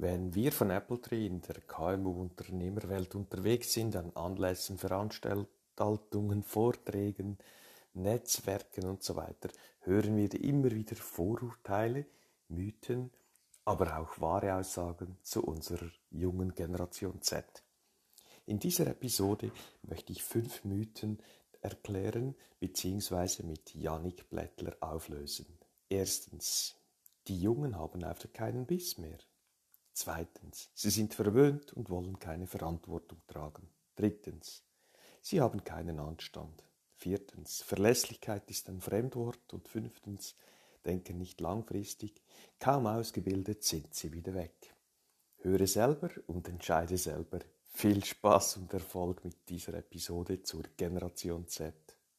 Wenn wir von Appletree in der KMU-Unternehmerwelt unterwegs sind, an Anlässen, Veranstaltungen, Vorträgen, Netzwerken und so weiter, hören wir immer wieder Vorurteile, Mythen, aber auch wahre Aussagen zu unserer jungen Generation Z. In dieser Episode möchte ich 5 Mythen erklären bzw. mit Jannik Blättler auflösen. Erstens, die Jungen haben einfach keinen Biss mehr. Zweitens, sie sind verwöhnt und wollen keine Verantwortung tragen. Drittens, sie haben keinen Anstand. Viertens, Verlässlichkeit ist ein Fremdwort. Und fünftens, denken nicht langfristig, kaum ausgebildet sind sie wieder weg. Höre selber und entscheide selber. Viel Spaß und Erfolg mit dieser Episode zur Generation Z.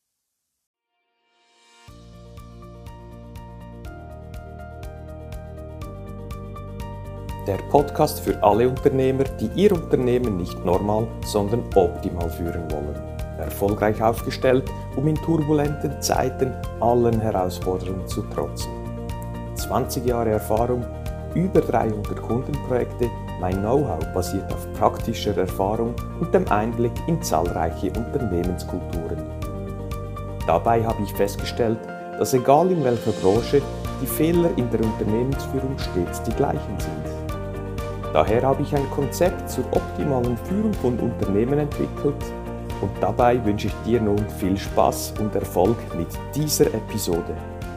Der Podcast für alle Unternehmer, die ihr Unternehmen nicht normal, sondern optimal führen wollen. Erfolgreich aufgestellt, um in turbulenten Zeiten allen Herausforderungen zu trotzen. 20 Jahre Erfahrung, über 300 Kundenprojekte, mein Know-how basiert auf praktischer Erfahrung und dem Einblick in zahlreiche Unternehmenskulturen. Dabei habe ich festgestellt, dass egal in welcher Branche, die Fehler in der Unternehmensführung stets die gleichen sind. Daher habe ich ein Konzept zur optimalen Führung von Unternehmen entwickelt und dabei wünsche ich dir nun viel Spaß und Erfolg mit dieser Episode.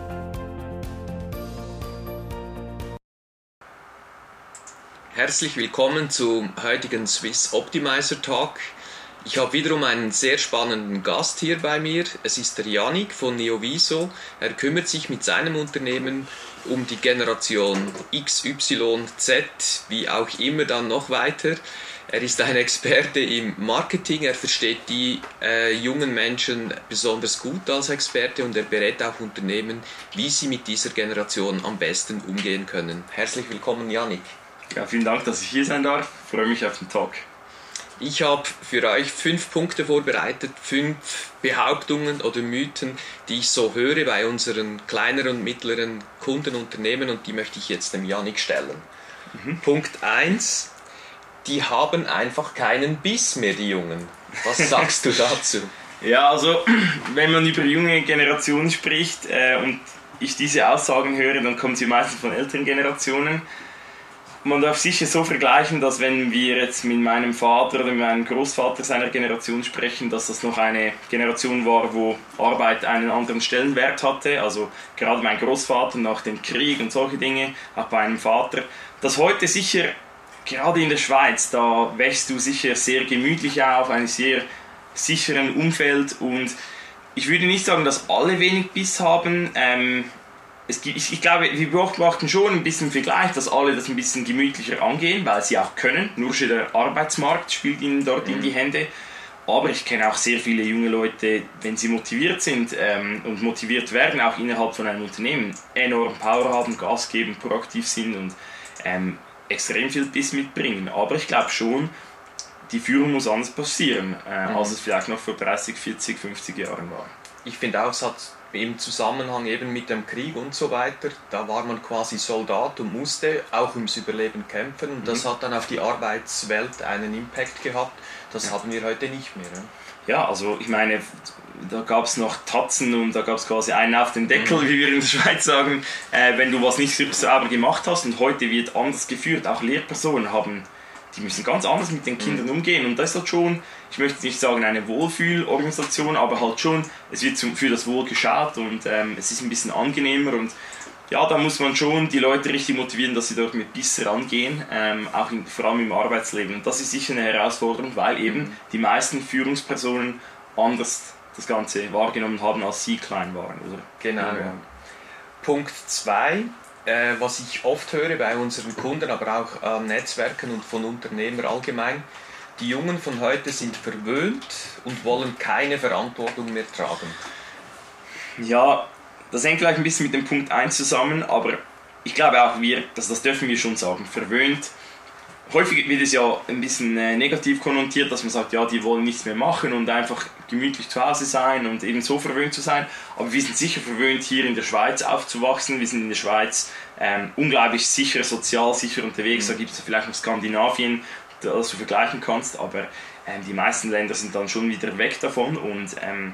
Herzlich willkommen zum heutigen Swiss Optimizer Talk. Ich habe wiederum einen sehr spannenden Gast hier bei mir. Es ist der Jannik von Neoviso. Er kümmert sich mit seinem Unternehmen um die Generation X, Y, Z, wie auch immer dann noch weiter. Er ist ein Experte im Marketing, er versteht die jungen Menschen besonders gut als Experte und er berät auch Unternehmen, wie sie mit dieser Generation am besten umgehen können. Herzlich willkommen, Jannik. Ja, vielen Dank, dass ich hier sein darf. Ich freue mich auf den Talk. Ich habe für euch 5 Punkte vorbereitet, 5 Behauptungen oder Mythen, die ich so höre bei unseren kleineren und mittleren Kundenunternehmen und die möchte ich jetzt dem Jannik stellen. Punkt 1, die haben einfach keinen Biss mehr, die Jungen. Was sagst du dazu? Ja, also wenn man über junge Generationen spricht und ich diese Aussagen höre, dann kommen sie meistens von älteren Generationen. Man darf sicher so vergleichen, dass wenn wir jetzt mit meinem Vater oder mit meinem Großvater seiner Generation sprechen, dass das noch eine Generation war, wo Arbeit einen anderen Stellenwert hatte. Also gerade mein Großvater nach dem Krieg und solche Dinge, auch bei meinem Vater. Dass heute sicher, gerade in der Schweiz, da wächst du sicher sehr gemütlich auf, einem sehr sicheren Umfeld. Und ich würde nicht sagen, dass alle wenig Biss haben. Ich glaube, wir beobachten schon ein bisschen Vergleich, dass alle das ein bisschen gemütlicher angehen, weil sie auch können. Nur schon der Arbeitsmarkt spielt ihnen dort in die Hände. Aber ich kenne auch sehr viele junge Leute, wenn sie motiviert sind und motiviert werden, auch innerhalb von einem Unternehmen, enorm Power haben, Gas geben, proaktiv sind und extrem viel Biss mitbringen. Aber ich glaube schon, die Führung muss anders passieren, als es vielleicht noch vor 30, 40, 50 Jahren war. Ich finde auch, es hat im Zusammenhang eben mit dem Krieg und so weiter, da war man quasi Soldat und musste auch ums Überleben kämpfen und das hat dann auf die Arbeitswelt einen Impact gehabt. Das haben wir heute nicht mehr. Ja, also ich meine, da gab es noch Tatzen und da gab es quasi einen auf den Deckel, wie wir in der Schweiz sagen, wenn du was nicht sauber gemacht hast, und heute wird anders geführt. Auch Lehrpersonen die müssen ganz anders mit den Kindern umgehen und das ist halt schon, ich möchte nicht sagen eine Wohlfühlorganisation, aber halt schon, es wird für das Wohl geschaut und es ist ein bisschen angenehmer und ja, da muss man schon die Leute richtig motivieren, dass sie dort mit Biss rangehen, vor allem im Arbeitsleben. Und das ist sicher eine Herausforderung, weil eben die meisten Führungspersonen anders das Ganze wahrgenommen haben, als sie klein waren. Oder? Genau. Ja. Punkt 2. Was ich oft höre bei unseren Kunden, aber auch an Netzwerken und von Unternehmern allgemein, die Jungen von heute sind verwöhnt und wollen keine Verantwortung mehr tragen. Ja, das hängt vielleicht ein bisschen mit dem Punkt 1 zusammen, aber ich glaube auch das dürfen wir schon sagen, verwöhnt. häufig wird es ja ein bisschen negativ konnotiert, dass man sagt, ja, die wollen nichts mehr machen und einfach gemütlich zu Hause sein und eben so verwöhnt zu sein. Aber wir sind sicher verwöhnt, hier in der Schweiz aufzuwachsen. Wir sind in der Schweiz unglaublich sicher, sozial sicher unterwegs. Da gibt es vielleicht noch Skandinavien, das du vergleichen kannst, aber die meisten Länder sind dann schon wieder weg davon. Und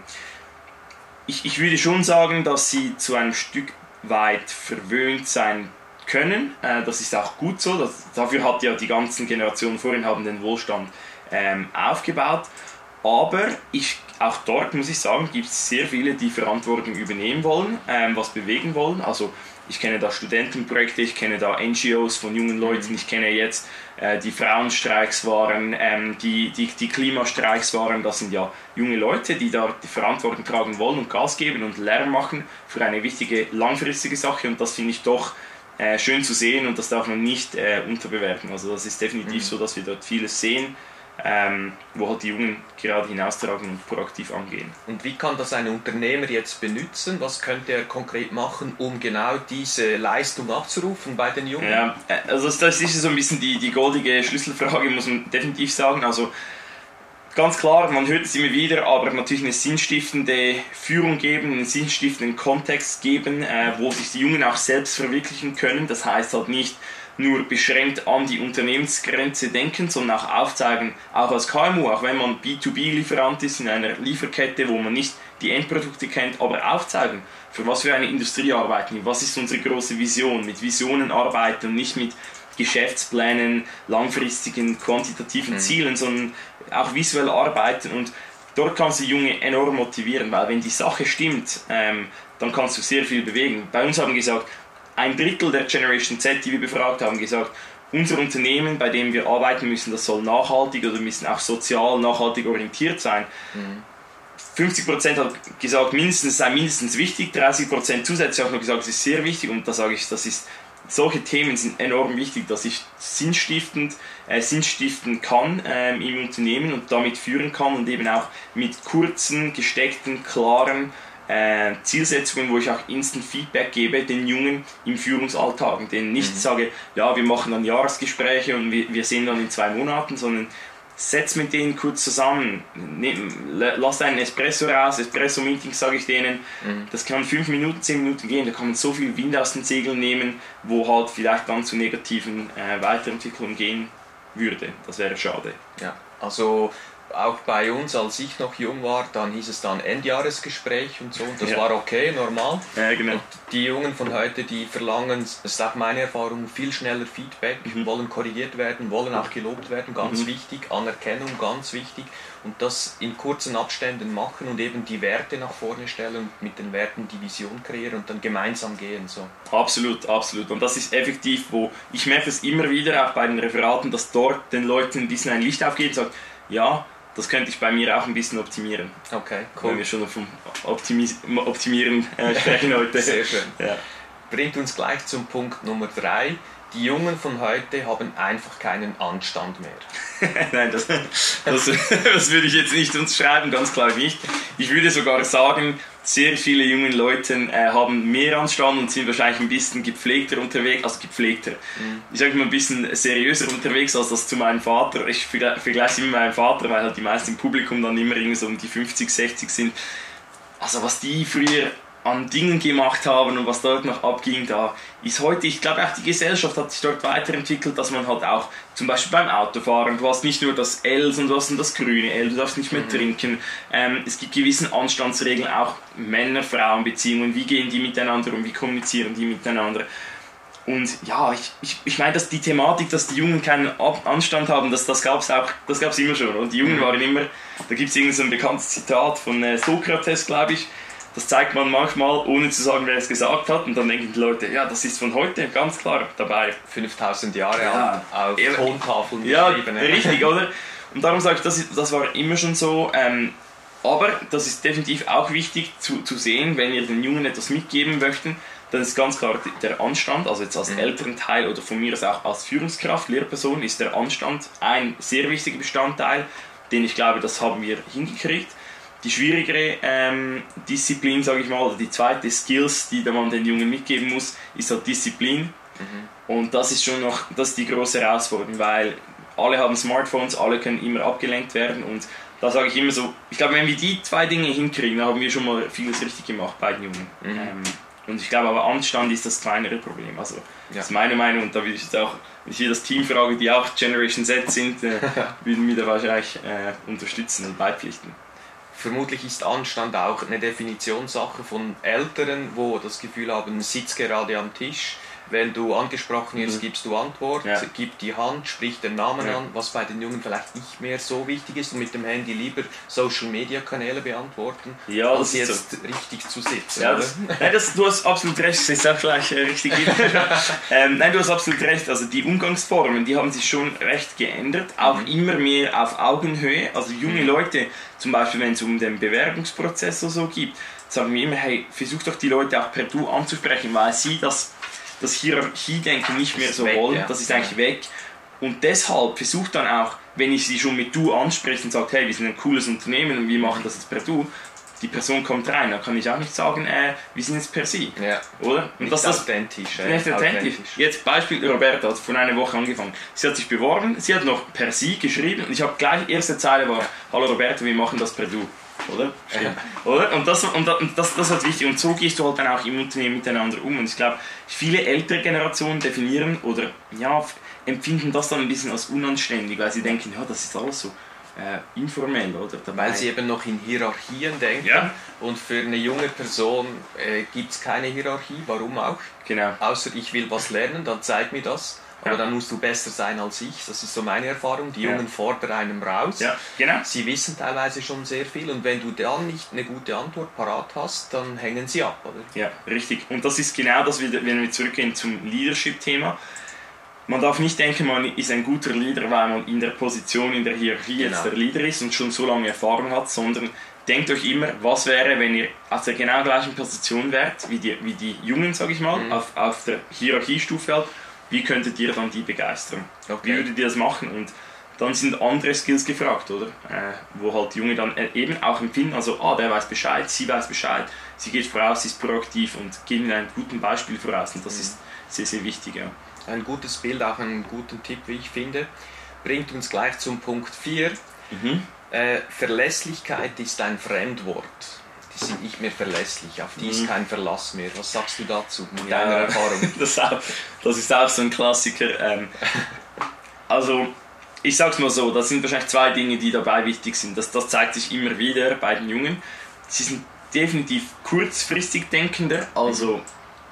ich würde schon sagen, dass sie zu einem Stück weit verwöhnt sein können. Das ist auch gut so. Dafür hat ja die ganzen Generationen vorhin haben den Wohlstand aufgebaut. Aber auch dort muss ich sagen, gibt es sehr viele, die Verantwortung übernehmen wollen, was bewegen wollen. Also ich kenne da Studentenprojekte, ich kenne da NGOs von jungen Leuten, ich kenne jetzt die Frauenstreiks waren, die Klimastreiks waren. Das sind ja junge Leute, die da die Verantwortung tragen wollen und Gas geben und Lärm machen für eine wichtige langfristige Sache. Und das finde ich doch schön zu sehen und das darf man nicht unterbewerten. Also das ist definitiv so, dass wir dort vieles sehen, wo halt die Jungen gerade hinaustragen und proaktiv angehen. Und wie kann das ein Unternehmer jetzt benutzen? Was könnte er konkret machen, um genau diese Leistung abzurufen bei den Jungen? Ja, also das ist so ein bisschen die goldige Schlüsselfrage, muss man definitiv sagen. Also ganz klar, man hört es immer wieder, aber natürlich eine sinnstiftende Führung geben, einen sinnstiftenden Kontext geben, wo sich die Jungen auch selbst verwirklichen können. Das heißt halt nicht nur beschränkt an die Unternehmensgrenze denken, sondern auch aufzeigen, auch als KMU, auch wenn man B2B-Lieferant ist in einer Lieferkette, wo man nicht die Endprodukte kennt, aber aufzeigen, für was für eine Industrie arbeiten wir, was ist unsere große Vision, mit Visionen arbeiten und nicht mit Geschäftsplänen, langfristigen, quantitativen Zielen, sondern auch visuell arbeiten und dort kannst du Junge enorm motivieren, weil wenn die Sache stimmt, dann kannst du sehr viel bewegen. Bei uns haben gesagt, 1/3 der Generation Z, die wir befragt haben, gesagt, unser Unternehmen, bei dem wir arbeiten müssen, das soll nachhaltig oder müssen auch sozial nachhaltig orientiert sein. 50% hat gesagt, sei mindestens wichtig, 30% zusätzlich auch noch gesagt, es ist sehr wichtig und da sage ich, solche Themen sind enorm wichtig, dass ich stiften kann im Unternehmen und damit führen kann und eben auch mit kurzen, gesteckten, klaren Zielsetzungen, wo ich auch Instant Feedback gebe den Jungen im Führungsalltag und denen nicht sage, ja, wir machen dann Jahresgespräche und wir sehen dann in 2 Monaten, sondern setz mit denen kurz zusammen, lass einen Espresso raus, Espresso-Meetings sage ich denen, das kann 5 Minuten, 10 Minuten gehen, da kann man so viel Wind aus den Segeln nehmen, wo halt vielleicht dann zu negativen Weiterentwicklungen gehen würde, das wäre schade. Ja, also auch bei uns, als ich noch jung war, dann hieß es dann Endjahresgespräch und so, und das war okay, normal. Ja, genau. Und die Jungen von heute, die verlangen, das ist auch meine Erfahrung, viel schneller Feedback, wollen korrigiert werden, wollen auch gelobt werden, ganz wichtig, Anerkennung, ganz wichtig, und das in kurzen Abständen machen und eben die Werte nach vorne stellen und mit den Werten die Vision kreieren und dann gemeinsam gehen. So. Absolut, absolut. Und das ist effektiv, wo ich merke es immer wieder, auch bei den Referaten, dass dort den Leuten ein bisschen ein Licht aufgeht und sagt, ja, das könnte ich bei mir auch ein bisschen optimieren. Okay, cool. Wenn wir schon vom Optimieren sprechen heute. Sehr schön. Ja. Bringt uns gleich zum Punkt Nummer 3. Die Jungen von heute haben einfach keinen Anstand mehr. Nein, das würde ich jetzt nicht unterschreiben, ganz klar nicht. Ich würde sogar sagen, sehr viele junge Leute haben mehr Anstand und sind wahrscheinlich ein bisschen gepflegter unterwegs, also gepflegter. Ich sage mal ein bisschen seriöser unterwegs als das zu meinem Vater. Ich vergleiche immer meinen Vater, weil halt die meisten im Publikum dann immer irgendwie so um die 50, 60 sind. Also was die früher an Dingen gemacht haben und was dort noch abging, da ist heute, ich glaube auch die Gesellschaft hat sich dort weiterentwickelt, dass man halt auch zum Beispiel beim Autofahren, du hast nicht nur das L, sondern du hast das grüne L, du darfst nicht mehr trinken, es gibt gewissen Anstandsregeln, auch Männer-Frauen-Beziehungen, wie gehen die miteinander um, wie kommunizieren die miteinander. Und ja, ich meine, dass die Thematik, dass die Jungen keinen Anstand haben, das gab es immer schon. Und die Jungen waren immer, da gibt es irgend so ein bekanntes Zitat von Sokrates, glaube ich. Das zeigt man manchmal, ohne zu sagen, wer es gesagt hat. Und dann denken die Leute, ja, das ist von heute ganz klar dabei. 5000 Jahre alt, auf Tontafeln geschrieben. Ja, richtig, oder? Und darum sage ich, das war immer schon so. Aber das ist definitiv auch wichtig zu sehen, wenn ihr den Jungen etwas mitgeben möchten, dann ist ganz klar der Anstand, also jetzt als Elternteil oder von mir aus auch als Führungskraft, Lehrperson, ist der Anstand ein sehr wichtiger Bestandteil, den ich glaube, das haben wir hingekriegt. Die schwierigere Disziplin, sage ich mal, oder die zweite Skills, die man den Jungen mitgeben muss, ist halt Disziplin. Und das ist die große Herausforderung, weil alle haben Smartphones, alle können immer abgelenkt werden und da sage ich immer so, ich glaube, wenn wir die 2 Dinge hinkriegen, dann haben wir schon mal vieles richtig gemacht bei den Jungen. Und ich glaube aber, Anstand ist das kleinere Problem. Also, das ist meine Meinung und da würde ich jetzt auch, wenn ich hier das Team frage, die auch Generation Z sind, würden wir da wahrscheinlich unterstützen und beipflichten. Vermutlich ist Anstand auch eine Definitionssache von Älteren, wo das Gefühl haben, sitz gerade am Tisch. Wenn du angesprochen wirst, gibst du Antwort, gib die Hand, sprich den Namen an, was bei den Jungen vielleicht nicht mehr so wichtig ist und mit dem Handy lieber Social-Media-Kanäle beantworten, als jetzt so richtig zu sitzen. Ja, du hast absolut recht, das ist auch gleich richtig. Nein, du hast absolut recht, also die Umgangsformen, die haben sich schon recht geändert, auch immer mehr auf Augenhöhe, also junge Leute, zum Beispiel wenn es um den Bewerbungsprozess oder so geht, sagen wir immer, hey, versuch doch die Leute auch per Du anzusprechen, weil sie das Hierarchie-Denken nicht mehr so wollen, das ist eigentlich weg. Und deshalb versucht dann auch, wenn ich sie schon mit Du anspreche und sage, hey, wir sind ein cooles Unternehmen und wir machen das jetzt per Du, die Person kommt rein, dann kann ich auch nicht sagen, wir sind jetzt per Sie. Ja. Oder? Und nicht authentisch. Nicht authentisch. Jetzt Beispiel, Roberta hat vor einer Woche angefangen. Sie hat sich beworben, sie hat noch per Sie geschrieben und ich habe gleich, erste Zeile war, hallo Roberta, wir machen das per Du. Oder? Stimmt. Oder? Und das ist halt wichtig. Und so gehst du halt dann auch im Unternehmen miteinander um. Und ich glaube, viele ältere Generationen definieren oder empfinden das dann ein bisschen als unanständig, weil sie denken, ja, das ist alles so informell. Oder? Weil sie eben noch in Hierarchien denken. Ja. Und für eine junge Person gibt es keine Hierarchie. Warum auch? Genau. Außer ich will was lernen, dann zeig mir das. Aber dann musst du besser sein als ich. Das ist so meine Erfahrung. Die Jungen fordern einem raus. Ja, genau. Sie wissen teilweise schon sehr viel. Und wenn du dann nicht eine gute Antwort parat hast, dann hängen sie ab, oder? Ja, richtig. Und das ist genau das, wenn wir zurückgehen zum Leadership-Thema. Man darf nicht denken, man ist ein guter Leader, weil man in der Position, in der Hierarchie jetzt der Leader ist und schon so lange Erfahrung hat, sondern denkt euch immer, was wäre, wenn ihr auf der genau gleichen Position wärt, wie die Jungen, sage ich mal, auf der Hierarchiestufe halt. Wie könntet ihr dann die begeistern? Okay. Wie würdet ihr das machen? Und dann sind andere Skills gefragt, oder? Wo halt Junge dann eben auch empfinden, also der weiß Bescheid, sie weiß Bescheid, sie geht voraus, sie ist proaktiv und geht mit einem guten Beispiel voraus. Und das ist sehr, sehr wichtig. Ja. Ein gutes Bild, auch einen guten Tipp, wie ich finde, bringt uns gleich zum Punkt 4. Verlässlichkeit ist ein Fremdwort. Die sind nicht mehr verlässlich, auf die ist kein Verlass mehr. Was sagst du dazu mit deiner Erfahrung? Das ist auch so ein Klassiker. Also, ich sag's mal so, das sind wahrscheinlich 2 Dinge, die dabei wichtig sind. Das zeigt sich immer wieder bei den Jungen. Sie sind definitiv kurzfristig denkender, also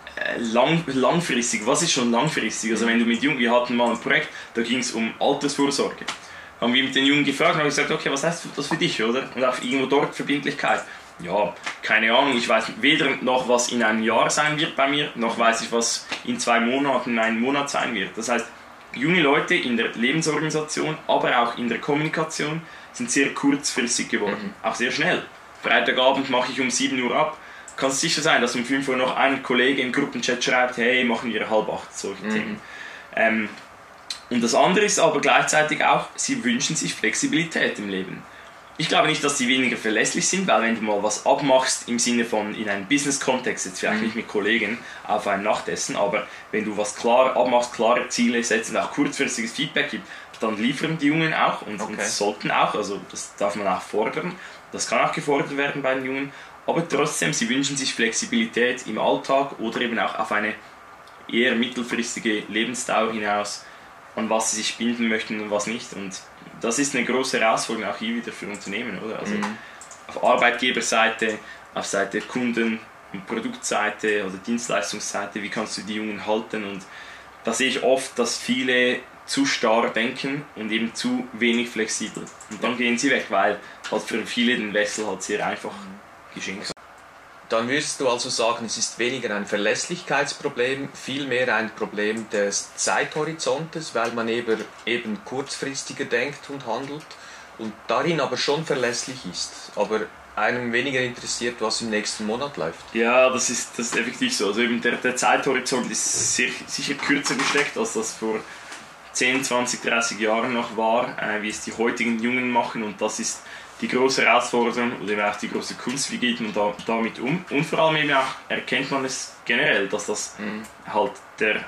langfristig. Was ist schon langfristig? Also wenn du mit Jungen, wir hatten mal ein Projekt, da ging es um Altersvorsorge. Haben wir mit den Jungen gefragt und haben gesagt, okay, was heißt das für dich, oder? Und auch irgendwo dort Verbindlichkeit. Ja, keine Ahnung, ich weiß weder noch, was in einem Jahr sein wird bei mir, noch weiß ich, was in 2 Monaten, in einem Monat sein wird. Das heißt, junge Leute in der Lebensorganisation, aber auch in der Kommunikation sind sehr kurzfristig geworden, auch sehr schnell. Freitagabend mache ich um 7 Uhr ab. Kann es sicher sein, dass um 5 Uhr noch ein Kollege im Gruppenchat schreibt, hey, machen wir 7:30, solche Themen. Und das andere ist aber gleichzeitig auch, sie wünschen sich Flexibilität im Leben. Ich glaube nicht, dass sie weniger verlässlich sind, weil wenn du mal was abmachst im Sinne von in einem Business-Kontext, jetzt vielleicht nicht mit Kollegen auf ein Nachtessen, aber wenn du was klar abmachst, klare Ziele setzt und auch kurzfristiges Feedback gibt, dann liefern die Jungen auch und sollten auch, also das darf man auch fordern, das kann auch gefordert werden bei den Jungen, aber trotzdem, sie wünschen sich Flexibilität im Alltag oder eben auch auf eine eher mittelfristige Lebensdauer hinaus, an was sie sich binden möchten und was nicht. Und das ist eine große Herausforderung auch hier wieder für Unternehmen, oder? Also auf Arbeitgeberseite, auf Seite Kunden- und Produktseite oder Dienstleistungsseite, wie kannst du die Jungen halten? Und da sehe ich oft, dass viele zu starr denken und eben zu wenig flexibel. Und dann gehen sie weg, weil halt für viele den Wechsel halt sehr einfach geschehen ist. Dann würdest du also sagen, es ist weniger ein Verlässlichkeitsproblem, vielmehr ein Problem des Zeithorizontes, weil man eben kurzfristiger denkt und handelt und darin aber schon verlässlich ist, aber einem weniger interessiert, was im nächsten Monat läuft. Ja, das ist effektiv so. Also eben der Zeithorizont ist sicher kürzer gesteckt, als das vor 10, 20, 30 Jahren noch war, wie es die heutigen Jungen machen, und das ist die große Herausforderung oder eben auch die große Kunst, wie geht man damit um, und vor allem eben auch erkennt man es generell, dass das halt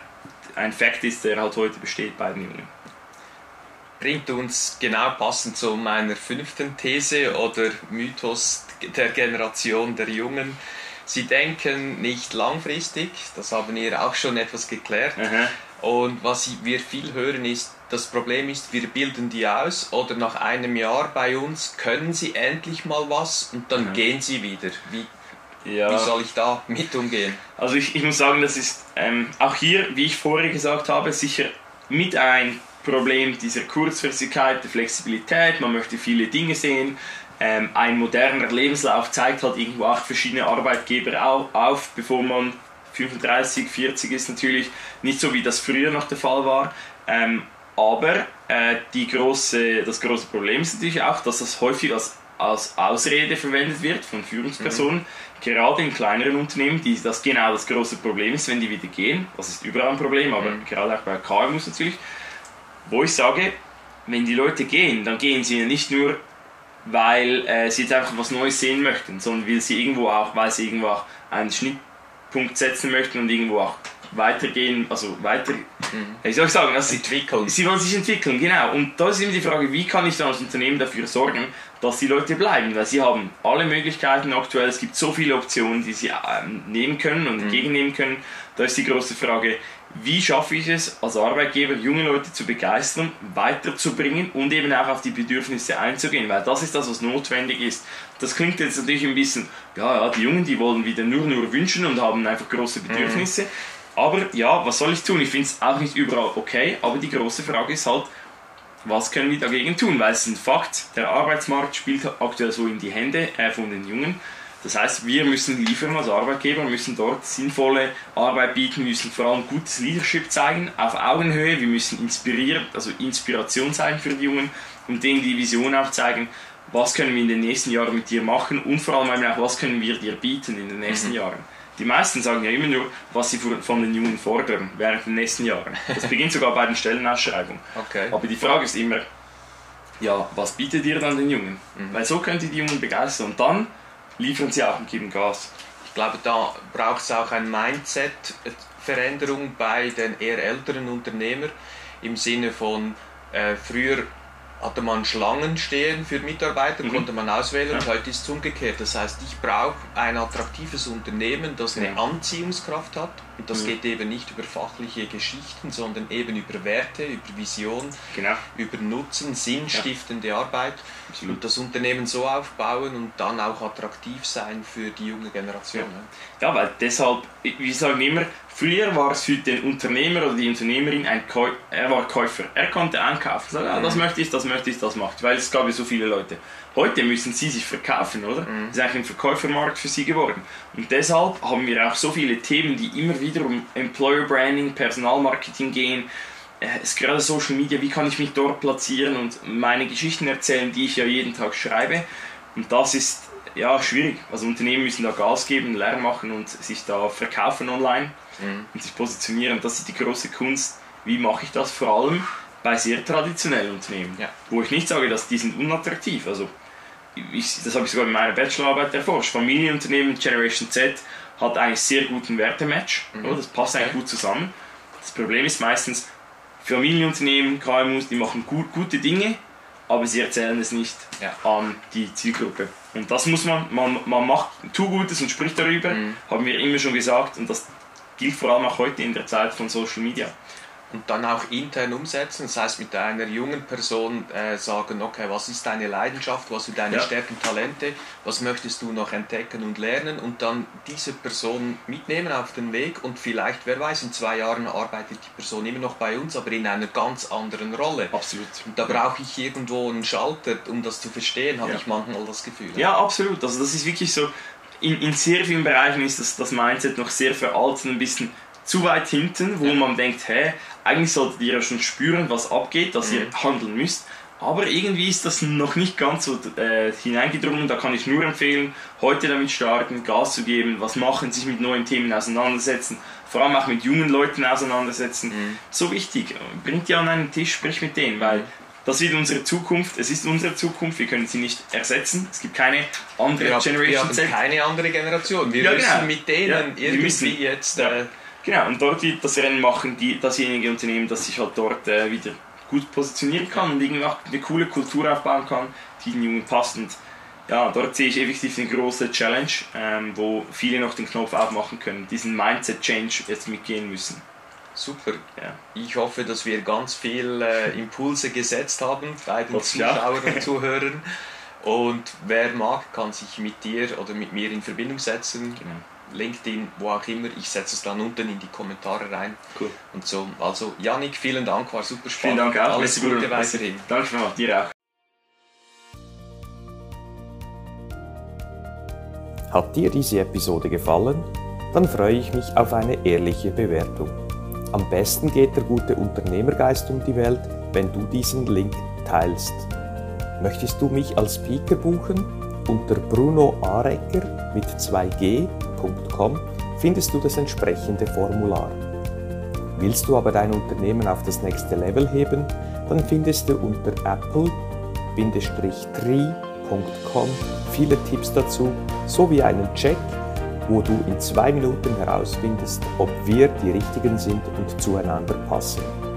ein Fakt ist, der halt heute besteht bei den Jungen. Bringt uns genau passend zu meiner 5. These oder Mythos der Generation der Jungen. Sie denken nicht langfristig, das haben wir auch schon etwas geklärt. Aha. Und was wir viel hören ist, das Problem ist, wir bilden die aus oder nach einem Jahr bei uns können sie endlich mal was und dann gehen sie wieder. Wie soll ich da mit umgehen? Also ich muss sagen, das ist auch hier, wie ich vorher gesagt habe, sicher mit ein Problem dieser Kurzfristigkeit, der Flexibilität. Man möchte viele Dinge sehen. Ein moderner Lebenslauf zeigt halt irgendwo 8 verschiedene Arbeitgeber auf, bevor man 35, 40 ist, natürlich nicht so, wie das früher noch der Fall war. Aber das große Problem ist natürlich auch, dass das häufig als Ausrede verwendet wird von Führungspersonen, gerade in kleineren Unternehmen, die das genau das große Problem ist, wenn die wieder gehen. Das ist überall ein Problem, aber gerade auch bei KMUs natürlich. Wo ich sage, wenn die Leute gehen, dann gehen sie ja nicht nur, weil sie jetzt einfach was Neues sehen möchten, sondern weil sie irgendwo auch einen Schnittpunkt setzen möchten und irgendwo auch weitergehen, wie soll ich sagen, entwickeln. Sie wollen sich entwickeln, genau. Und da ist immer die Frage, wie kann ich dann als Unternehmen dafür sorgen, dass die Leute bleiben, weil sie haben alle Möglichkeiten aktuell, es gibt so viele Optionen, die sie nehmen können und entgegennehmen können. Da ist die große Frage, wie schaffe ich es als Arbeitgeber, junge Leute zu begeistern, weiterzubringen und eben auch auf die Bedürfnisse einzugehen, weil das ist das, was notwendig ist. Das klingt jetzt natürlich ein bisschen, die Jungen, die wollen wieder nur wünschen und haben einfach große Bedürfnisse. Aber ja, was soll ich tun? Ich finde es auch nicht überall okay, aber die große Frage ist halt, was können wir dagegen tun? Weil es ist ein Fakt, der Arbeitsmarkt spielt aktuell so in die Hände von den Jungen. Das heißt, wir müssen liefern als Arbeitgeber, müssen dort sinnvolle Arbeit bieten, müssen vor allem gutes Leadership zeigen, auf Augenhöhe, wir müssen Inspiration zeigen für die Jungen und denen die Vision auch zeigen, was können wir in den nächsten Jahren mit dir machen und vor allem auch, was können wir dir bieten in den nächsten Jahren. Die meisten sagen ja immer nur, was sie von den Jungen fordern während den nächsten Jahren. Das beginnt sogar bei den Stellenausschreibungen. Okay. Aber die Frage ist immer, was bietet ihr dann den Jungen? Weil so könnt ihr die Jungen begeistern und dann liefern sie auch und geben Gas. Ich glaube, da braucht es auch eine Mindset-Veränderung bei den eher älteren Unternehmern im Sinne von früher hatte man Schlangen stehen für Mitarbeiter, konnte man auswählen und heute ist es umgekehrt. Das heißt, ich brauche ein attraktives Unternehmen, das eine Anziehungskraft hat und das geht eben nicht über fachliche Geschichten, sondern eben über Werte, über Vision, über Nutzen, sinnstiftende Arbeit und das Unternehmen so aufbauen und dann auch attraktiv sein für die junge Generation. Ja, weil deshalb, wir sagen immer, früher war es für den Unternehmer oder die Unternehmerin er war Käufer. Er konnte einkaufen. Sagen, das möchte ich, das mache ich. Weil es gab ja so viele Leute. Heute müssen sie sich verkaufen, oder? Das ist eigentlich ein Verkäufermarkt für sie geworden. Und deshalb haben wir auch so viele Themen, die immer wieder um Employer Branding, Personalmarketing gehen. Es ist gerade Social Media, wie kann ich mich dort platzieren und meine Geschichten erzählen, die ich ja jeden Tag schreibe. Und das ist schwierig. Also Unternehmen müssen da Gas geben, Lärm machen und sich da verkaufen online und sich positionieren. Das ist die große Kunst. Wie mache ich das? Vor allem bei sehr traditionellen Unternehmen, wo ich nicht sage, dass die sind unattraktiv. Also das habe ich sogar in meiner Bachelorarbeit erforscht. Familienunternehmen, Generation Z hat eigentlich sehr guten Wertematch. Das passt eigentlich gut zusammen. Das Problem ist meistens, Familienunternehmen, KMUs, die machen gute Dinge, aber sie erzählen es nicht an die Zielgruppe. Und das muss man macht, tu Gutes und spricht darüber, haben wir immer schon gesagt, und das gilt vor allem auch heute in der Zeit von Social Media. Und dann auch intern umsetzen, das heißt mit einer jungen Person sagen, okay, was ist deine Leidenschaft, was sind deine Stärken, Talente, was möchtest du noch entdecken und lernen und dann diese Person mitnehmen auf den Weg und vielleicht, wer weiß, in 2 Jahren arbeitet die Person immer noch bei uns, aber in einer ganz anderen Rolle. Absolut. Und da brauche ich irgendwo einen Schalter, um das zu verstehen, habe ich manchmal das Gefühl. Ja, absolut. Also das ist wirklich so, in sehr vielen Bereichen ist das Mindset noch sehr veraltet, ein bisschen zu weit hinten, wo man denkt, eigentlich solltet ihr ja schon spüren, was abgeht, dass ihr handeln müsst. Aber irgendwie ist das noch nicht ganz so hineingedrungen. Da kann ich nur empfehlen, heute damit starten, Gas zu geben, was machen, sich mit neuen Themen auseinandersetzen, vor allem auch mit jungen Leuten auseinandersetzen. So wichtig, bringt die an einen Tisch, sprich mit denen, weil das wird unsere Zukunft, es ist unsere Zukunft, wir können sie nicht ersetzen. Es gibt keine andere Generation Z. Wir haben keine andere Generation. Wir müssen mit denen irgendwie jetzt Genau, und dort wird das Rennen machen, dasjenige Unternehmen, das sich halt dort wieder gut positionieren kann und irgendwie auch eine coole Kultur aufbauen kann, die den Jungen passt. Und ja, dort sehe ich effektiv eine große Challenge, wo viele noch den Knopf aufmachen können, diesen Mindset-Change jetzt mitgehen müssen. Super. Ja. Ich hoffe, dass wir ganz viel Impulse gesetzt haben bei den Zuschauern und Zuhörern. Und wer mag, kann sich mit dir oder mit mir in Verbindung setzen. Genau. LinkedIn, wo auch immer. Ich setze es dann unten in die Kommentare rein. Cool. Und so. Also Yannick, vielen Dank, war super spannend. Vielen Dank auch. Alles Gute weiterhin. Danke vielmals, dir auch. Hat dir diese Episode gefallen? Dann freue ich mich auf eine ehrliche Bewertung. Am besten geht der gute Unternehmergeist um die Welt, wenn du diesen Link teilst. Möchtest du mich als Speaker buchen? Unter brunoarecker mit 2g.com findest du das entsprechende Formular. Willst du aber dein Unternehmen auf das nächste Level heben? Dann findest du unter apple-tree.com viele Tipps dazu, sowie einen Check, wo du in 2 Minuten herausfindest, ob wir die Richtigen sind und zueinander passen.